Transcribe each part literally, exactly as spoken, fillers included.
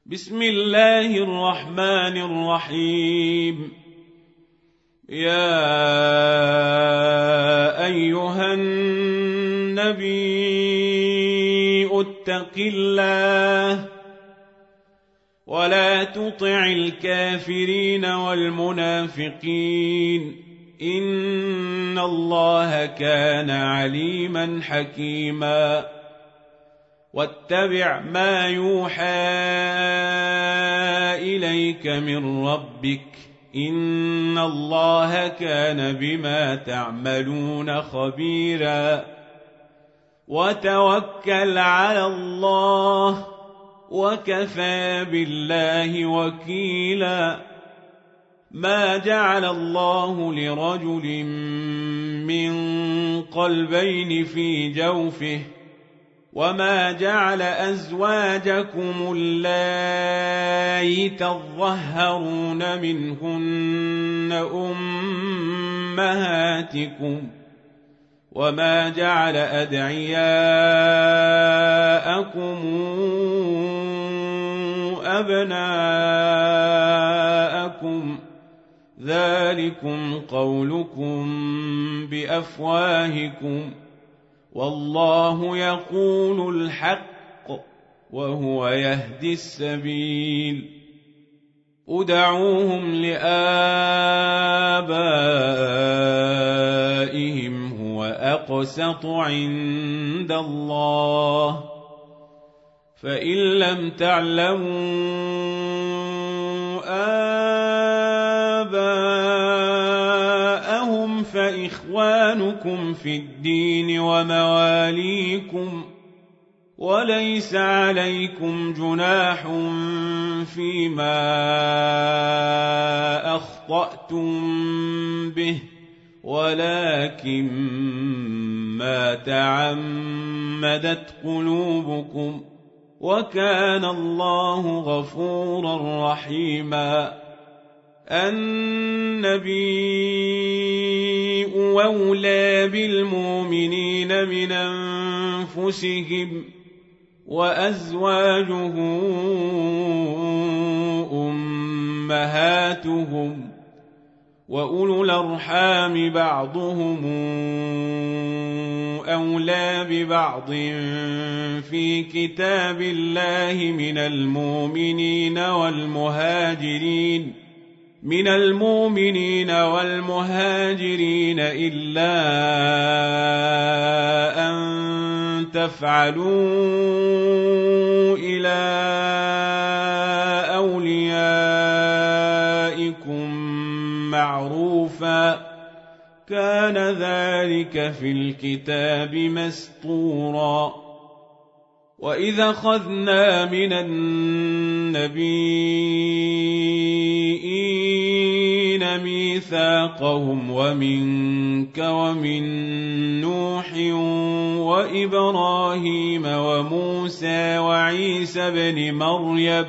بسم الله الرحمن الرحيم. يا أيها النبي اتق الله ولا تطع الكافرين والمنافقين إن الله كان عليما حكيما. واتبع ما يوحى إليك من ربك إن الله كان بما تعملون خبيرا. وتوكل على الله وكفى بالله وكيلا. ما جعل الله لرجل من قلبين في جوفه وما جعل أزواجكم اللائي تظهرون منهن أمهاتكم وما جعل أدعياءكم أبناءكم ذلكم قولكم بأفواهكم والله يقول الحق وهو يهدي السبيل. ادعوهم لآبائهم هو أقسط عند الله فإن لم تعلموا آباءهم فإخوانكم في الدين ومواليكم وليس عليكم جناح فيما أخطأتم به ولكن ما تعمدت قلوبكم وكان الله غفورا رحيما. النبي أولى بالمؤمنين من أنفسهم وأزواجه أمهاتهم وأولو الأرحام بعضهم أولى ببعض في كتاب الله من المؤمنين والمهاجرين من المؤمنين والمهاجرين إلا أن تفعلوا إلى أوليائكم معروفا كان ذلك في الكتاب مسطورا. وإذا أخذنا من النبيين ميثاقهم ومنك ومن نوح وإبراهيم وموسى وعيسى بن مريم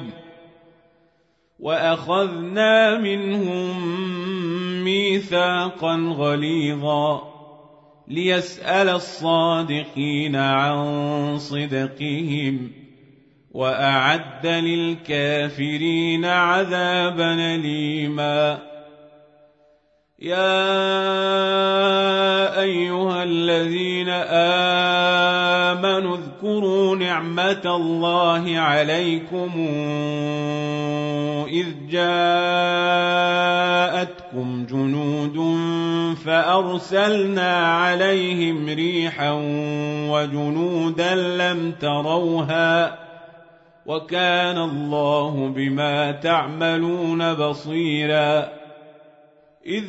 وأخذنا منهم ميثاقا غليظا ليسأل الصادقين عن صدقهم وأعد للكافرين عذابا أليما. يا أيها الذين آمنوا اذكروا نعمة الله عليكم إذ جاءتكم جنود فأرسلنا عليهم ريحا وجنودا لم تروها وكان الله بما تعملون بصيرا. إذ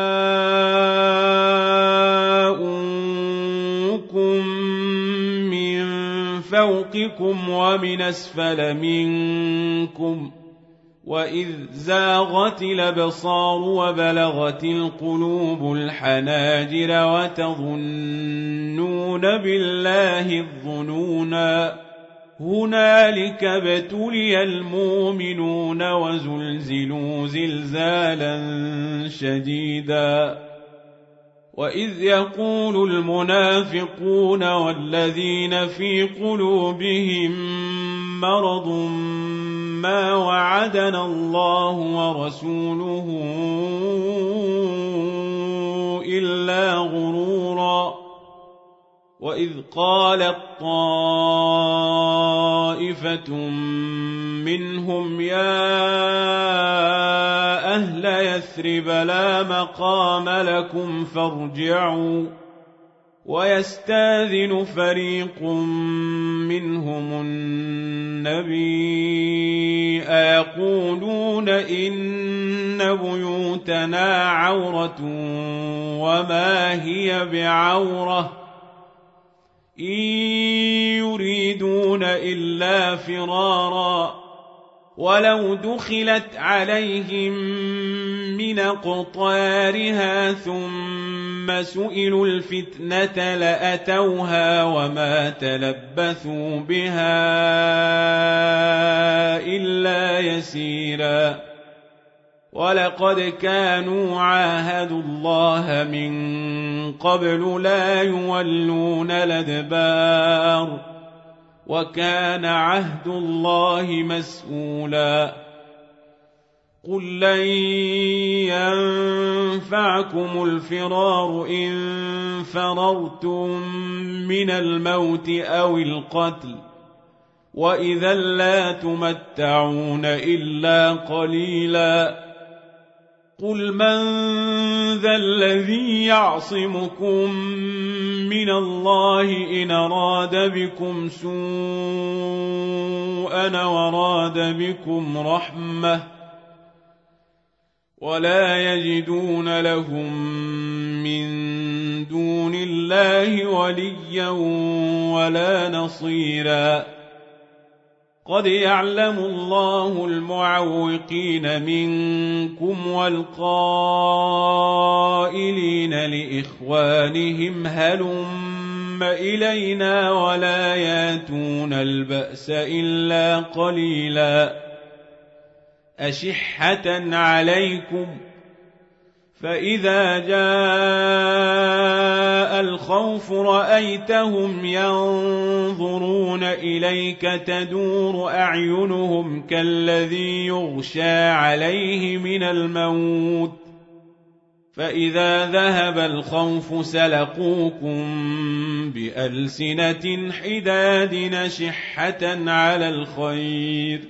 جاءوكم من فوقكم ومن أسفل منكم وإذ زاغت الأبصار وبلغت القلوب الحناجر وتظنون بالله الظنونا هنالك ابتلي المؤمنون وزلزلوا زلزالا شديدا. وإذ يقول المنافقون والذين في قلوبهم مرض ما وعدنا الله ورسوله إلا غرورا. وإذ قالت طائفة منهم يا أهل يثرب لا مقام لكم فارجعوا، ويستاذن فريق منهم النبي أيقولون إن بيوتنا عورة وما هي بعورة إن يريدون إلا فرارا، ولو دخلت عليهم من أقطارها ثم سئلوا الفتنة لأتوها وما تلبثوا بها إلا يسيرا. ولقد كانوا عاهدوا الله من قبل لا يولون الأدبار، وكان عهد الله مسؤولا. قل لن ينفعكم الفرار إن فررتم من الموت أو القتل، وإذا لا تمتعون إلا قليلا. قل من ذا الذي يعصمكم من الله إن أراد بكم سوءا وراد بكم رحمة، ولا يجدون لهم من دون الله وليا ولا نصيرا. قد يعلم الله المعوقين منكم والقائلين لإخوانهم هلم إلينا ولا ياتون البأس إلا قليلا. أشحة عليكم، فإذا جاء الخوف رأيتهم ينظرون إليك تدور أعينهم كالذي يغشى عليه من الموت، فإذا ذهب الخوف سلقوكم بألسنة حداد أشحة على الخير.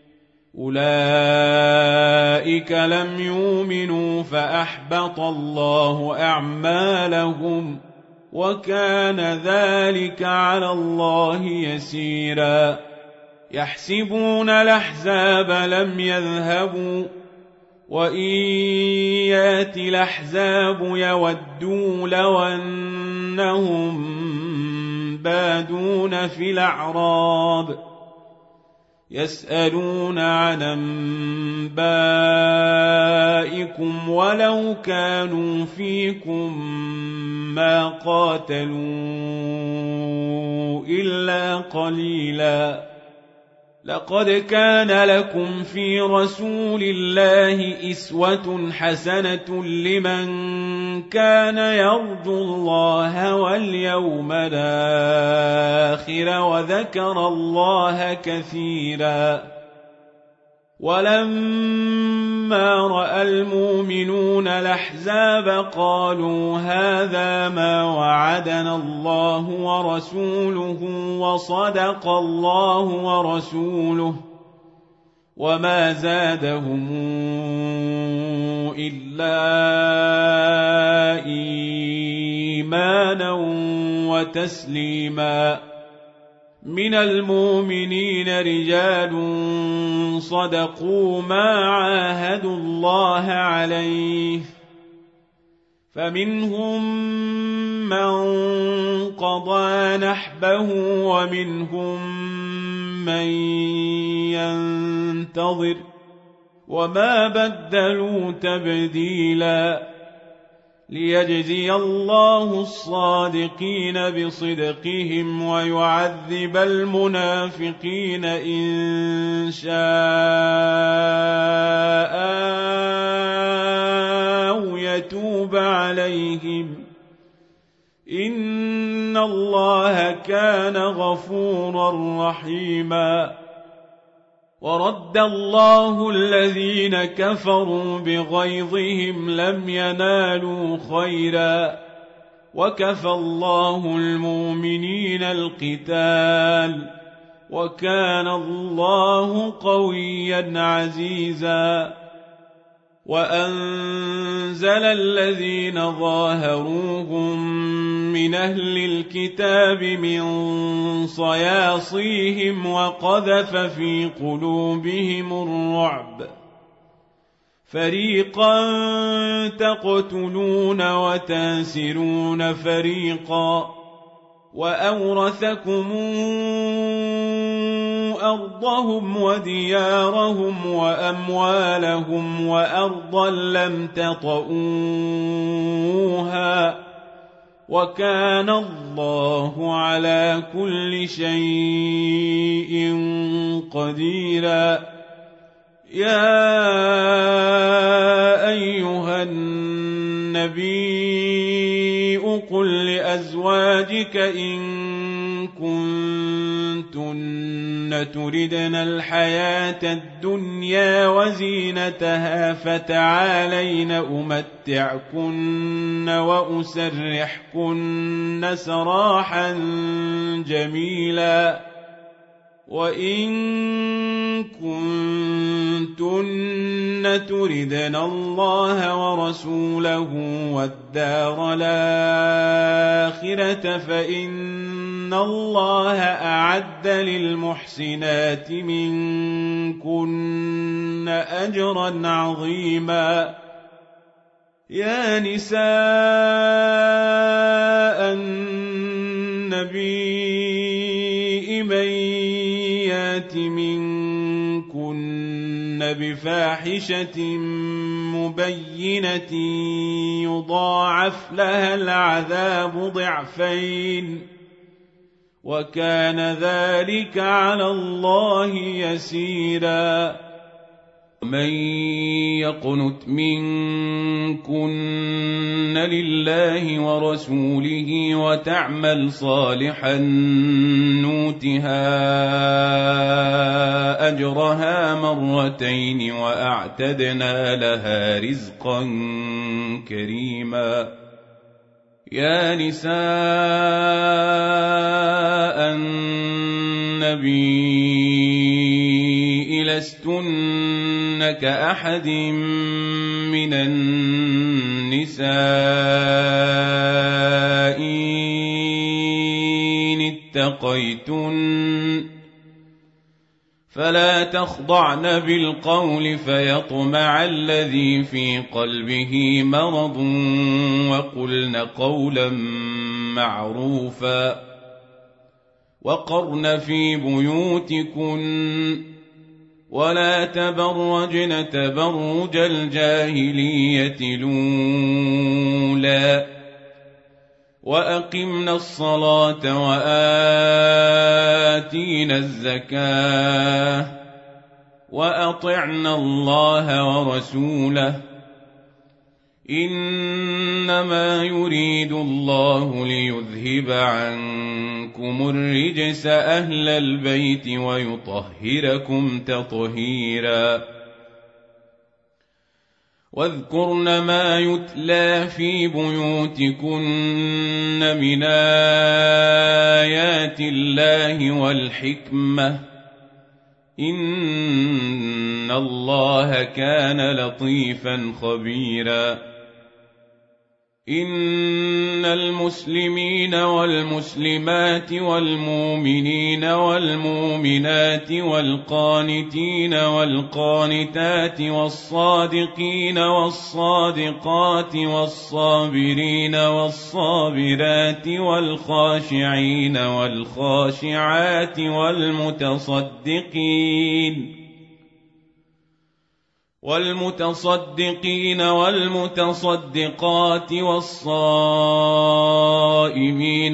أولئك لم يؤمنوا فأحبط الله أعمالهم، وكان ذلك على الله يسيرا. يحسبون الأحزاب لم يذهبوا، وإن يأتي الأحزاب يودوا لو أنهم بادون في الأعراب يسألون عن أنبائكم ولو كانوا فيكم ما قاتلوا إلا قليلا. لقد كان لكم في رسول الله أسوة حسنة لمن كان يرجو الله واليوم الآخر وذكر الله كثيرا. ولما رأى المؤمنون الأحزاب قالوا هذا ما وعدنا الله ورسوله وصدق الله ورسوله، وما زادهم إلا إيمانا وتسليما. من المؤمنين رجال صدقوا ما عاهدوا الله عليه، فمنهم من قضى نحبه ومنهم من ينتظر وما بدلوا تبديلا. ليجزي الله الصادقين بصدقهم ويعذب المنافقين إن شاء أو يتوب عليهم، إن الله كان غفورا رحيما. ورد الله الذين كفروا بغيظهم لم ينالوا خيرا وكفى الله المؤمنين القتال وكان الله قويا عزيزا وأنزل الذين ظاهروهم من أهل الكتاب من صياصيهم وقذف في قلوبهم الرعب فريقا تقتلون وتاسرون فريقا وأورثكم أرضهم وديارهم وأموالهم وأرضا لم تطئوها وكان الله على كل شيء قديرا يا أيها النبي قل لأزواجك إن كنتن تردن الحياة الدنيا وزينتها فتعالين أمتعكن وأسرحكن سراحا جميلا وإن كنتن تردن الله ورسوله والدار الآخرة فإن الله أعد للمحسنات منكن أجرا عظيما يا نساء النبي من يات منكن بفاحشة مبينة يضاعف لها العذاب ضعفين وكان ذلك على الله يسيرا من يقنت منكن لله ورسوله وتعمل صالحا نوتها أجرها مرتين وأعتدنا لها رزقا كريما يا نساء النبي لستن كأحد من النساء إن اتقيتن فلا تخضعن بالقول فيطمع الذي في قلبه مرض وقلن قولا معروفا وقرن في بيوتكن ولا تبرجن تبرج الجاهلية الأولى وأقمنا الصلاة وآتينا الزكاة وأطعنا الله ورسوله إنما يريد الله ليذهب عنكم الرجس أهل البيت ويطهركم تطهيرا واذكرن ما يتلى في بيوتكن من آيات الله والحكمة إن الله كان لطيفا خبيرا إن المسلمين والمسلمات والمؤمنين والمؤمنات والقانتين والقانتات والصادقين والصادقات والصابرين والصابرات والخاشعين والخاشعات والمتصدقين والمتصدقين والمتصدقات والصائمين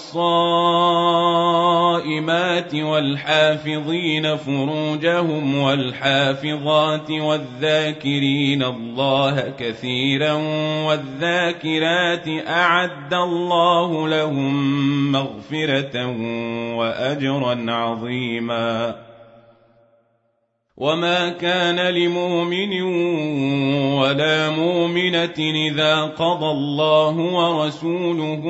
والصائمات والحافظين فروجهم والحافظات والذاكرين الله كثيرا والذاكرات أعد الله لهم مغفرة وأجرا عظيما وما كان لمؤمن ولا مؤمنة إذا قضى الله ورسوله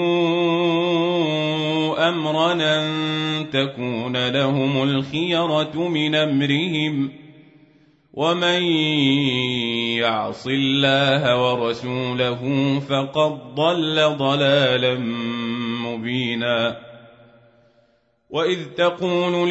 أمرا أن تكون لهم الخيرة من أمرهم ومن يعص الله ورسوله فقد ضل ضلالا مبينا وإذ تقول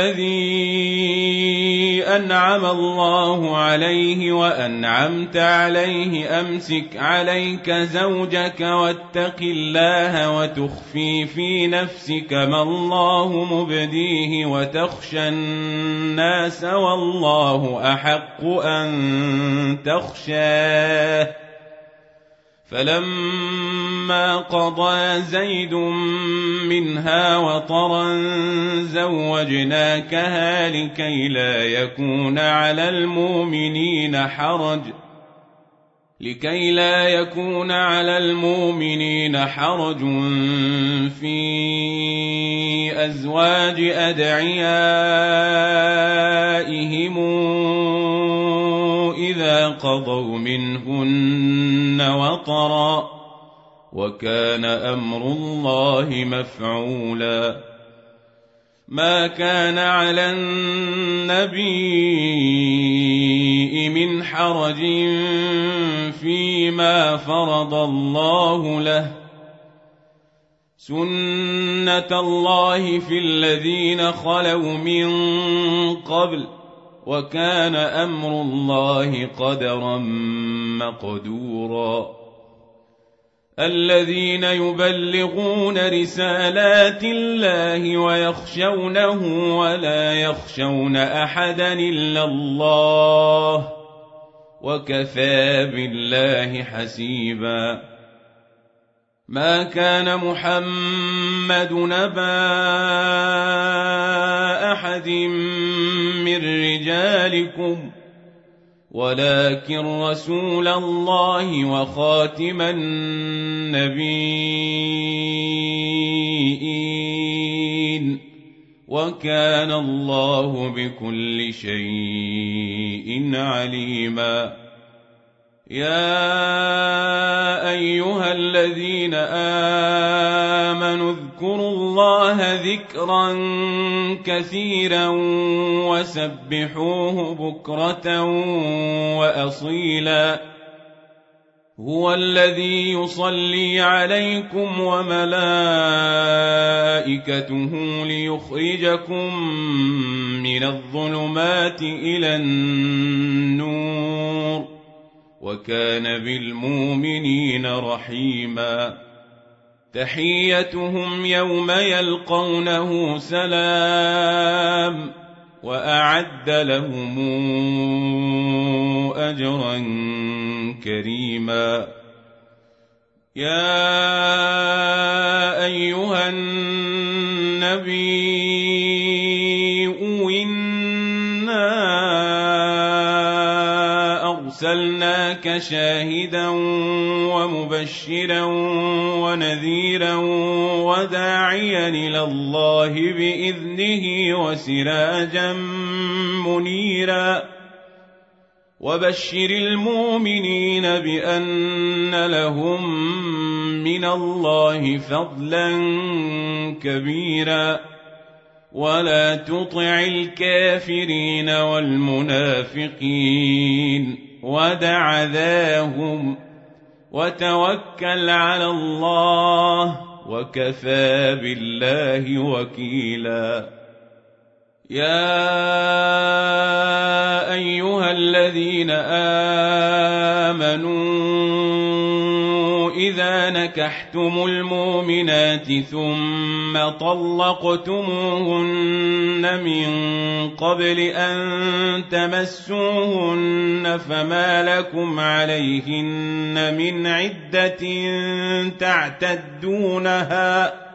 للذي أنعم الله عليه وأنعمت عليه أمسك عليك زوجك واتق الله وتخفي في نفسك ما الله مبديه وتخشى الناس والله أحق أن تخشاه فلما قضى زيد منها وطرا زوجناكها لكي لا يكون على المؤمنين حرج لكي لا يكون على المؤمنين حرج في أزواج أدعيائهم إذا قضوا منهن وطرا وكان أمر الله مفعولا ما كان على النبي من حرج فيما فرض الله له سنة الله في الذين خلوا من قبل وكان أمر الله قدرا مقدورا الذين يبلغون رسالات الله ويخشونه ولا يخشون أحدا إلا الله وكفى بالله حسيبا ما كان محمد نبا أحد من رجالكم ولكن رسول الله وخاتم النبيين وكان الله بكل شيء عليما يا أيها الذين آمنوا اذكروا الله ذكرا كثيرا وسبحوه بكرة وأصيلا هو الذي يصلي عليكم وملائكته ليخرجكم من الظلمات إلى النور وكان بالمؤمنين رحيما تحيتهم يوم يلقونه سلام وأعد لهم أجرا كريما يا أيها النبي إنا أرسلناك شاهدا ومبشرا ونذيرا وداعيا إلى الله بإذنه وسراجا منيرا وبشر المؤمنين بأن لهم من الله فضلا كبيرا ولا تطع الكافرين والمنافقين ودع ذاهم وتوكل على الله وكفى بالله وكيلا يا أيها الذين آمنوا إذا نكحتم المؤمنات ثم طلقتموهن من قبل أن تمسوهن فما لكم عليهن من عدة تعتدونها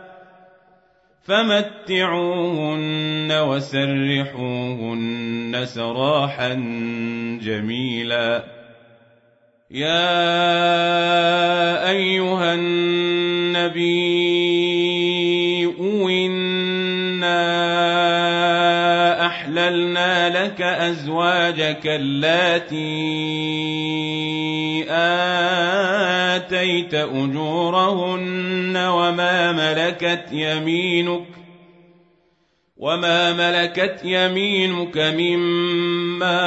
فمتعوهن وسرحوهن سراحا جميلا يا أيها النبي إنا أحللنا لك أزواجك اللاتي آتيت أجورهن وما ملكت يمينك وما ملكت يمينك مما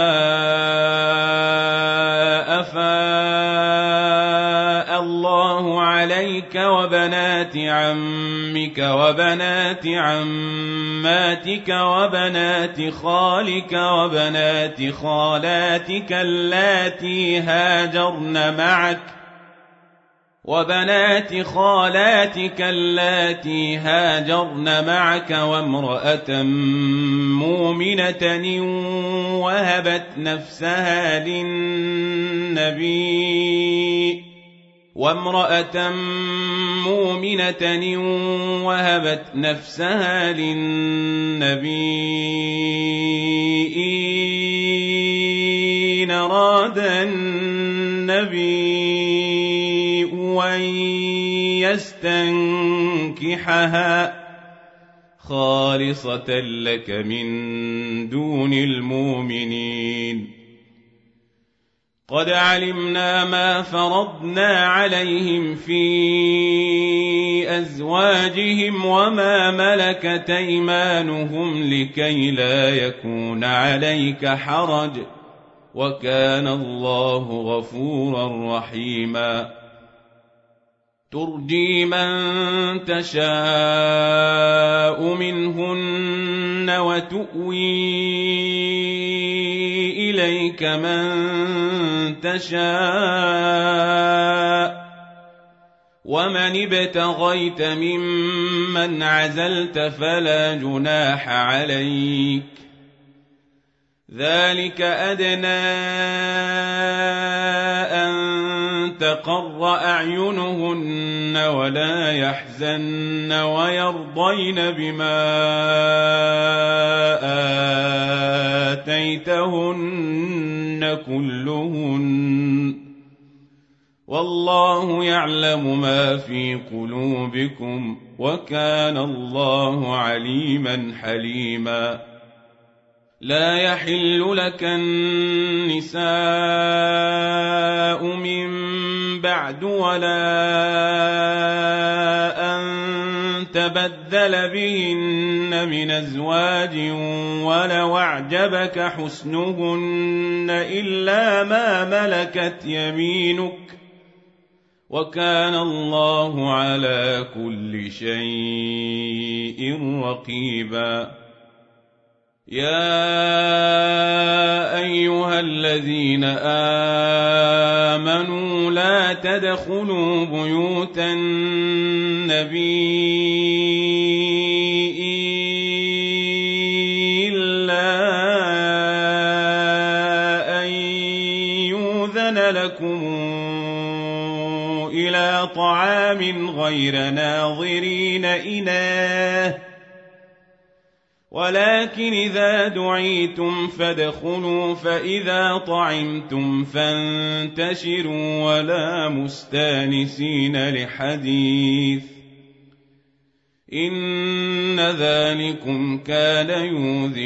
أفاء الله عليك وبنات عمك وبنات عماتك وبنات خالك وبنات خالاتك اللاتي هاجرن معك وبنات خالاتك اللاتي هاجرن معك وامرأة مؤمنة وهبت نفسها للنبي وامرأة مؤمنة وهبت نفسها للنبي إن أراد النبي أن يستنكحها خالصة لك من دون المؤمنين قد علمنا ما فرضنا عليهم في أزواجهم وما ملكت أيمانهم لكي لا يكون عليك حرج وكان الله غفورا رحيما ترجي من تشاء منهن وتؤوي إليك من تشاء ومن ابتغيت ممن عزلت فلا جناح عليك ذلك أدنى أن تقر أعينهن ولا يحزن ويرضين بما آتيتهن كلهن والله يعلم ما في قلوبكم وكان الله عليما حليما لا يحل لك النساء من بعد ولا أن تبدل بهن من أزواج ولو أعجبك حسنهن إلا ما ملكت يمينك وكان الله على كل شيء رقيبا يا أيها الذين آمنوا لا تدخلوا بيوت النبي إلا أن يؤذن لكم إلى طعام غير ناظرين إناه ولكن إذا دعيتم فادخلوا فإذا طعمتم فانتشروا ولا مستانسين لحديث إن ذلكم كان يؤذي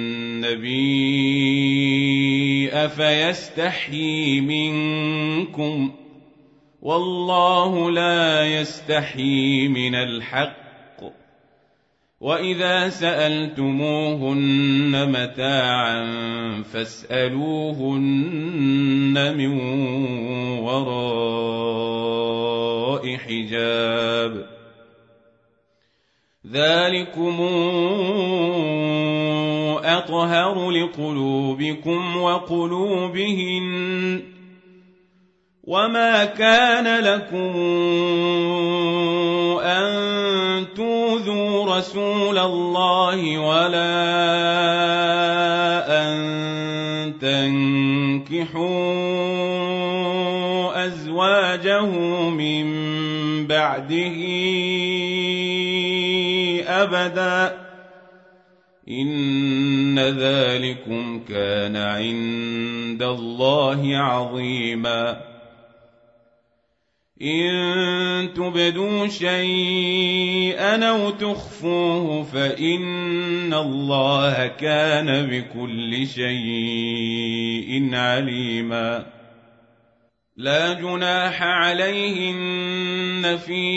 النبي أفيستحيي منكم والله لا يستحيي من الحق وإذا سألتموهن متاعا فاسألوهن من وراء حجاب ذلكم أطهر لقلوبكم وقلوبهن وما كان لكم أن تؤذوا رسول الله ولا أن تنكحوا أزواجه من بعده أبدا إن ذلكم كان عند الله عظيما إن تبدوا شيئا أو تخفوه فإن الله كان بكل شيء عليما لا جناح عليهن في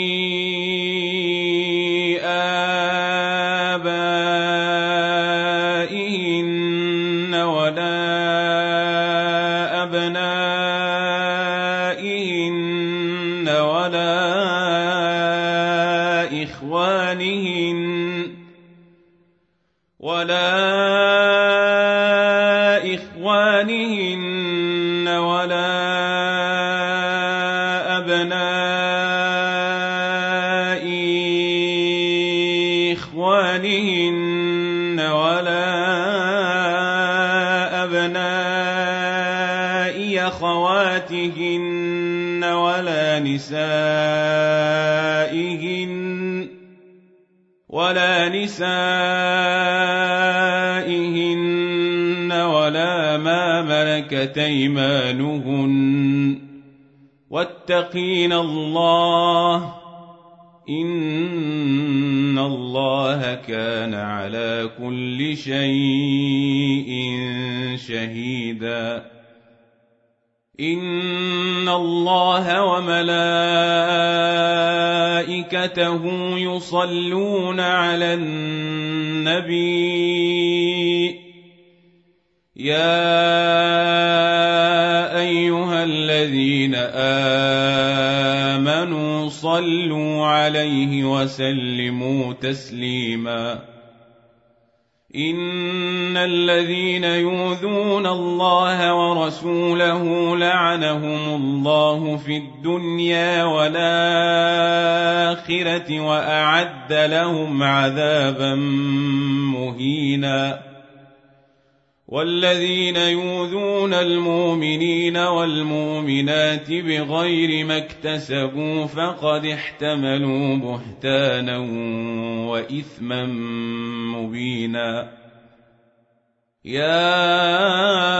آبائهن ولا أبنائهن ولا إخوانهن ولا إخوانهن ولا أبناء إخوانهن ولا أبناء أخواتهن ولا نسائهن ولا نسائهن ولا ما ملكت أيمانهن واتقين الله إن الله كان على كل شيء شهيدا إن الله وملائكته يصلون على النبي يا أيها الذين آمنوا صلوا عليه وسلموا تسليما إن الذين يؤذون الله ورسوله لعنهم الله في الدنيا والآخرة وأعد لهم عذابا مهينا والذين يؤذون المؤمنين والمؤمنات بغير ما اكتسبوا فقد احتملوا بهتانا وإثما مبينا يا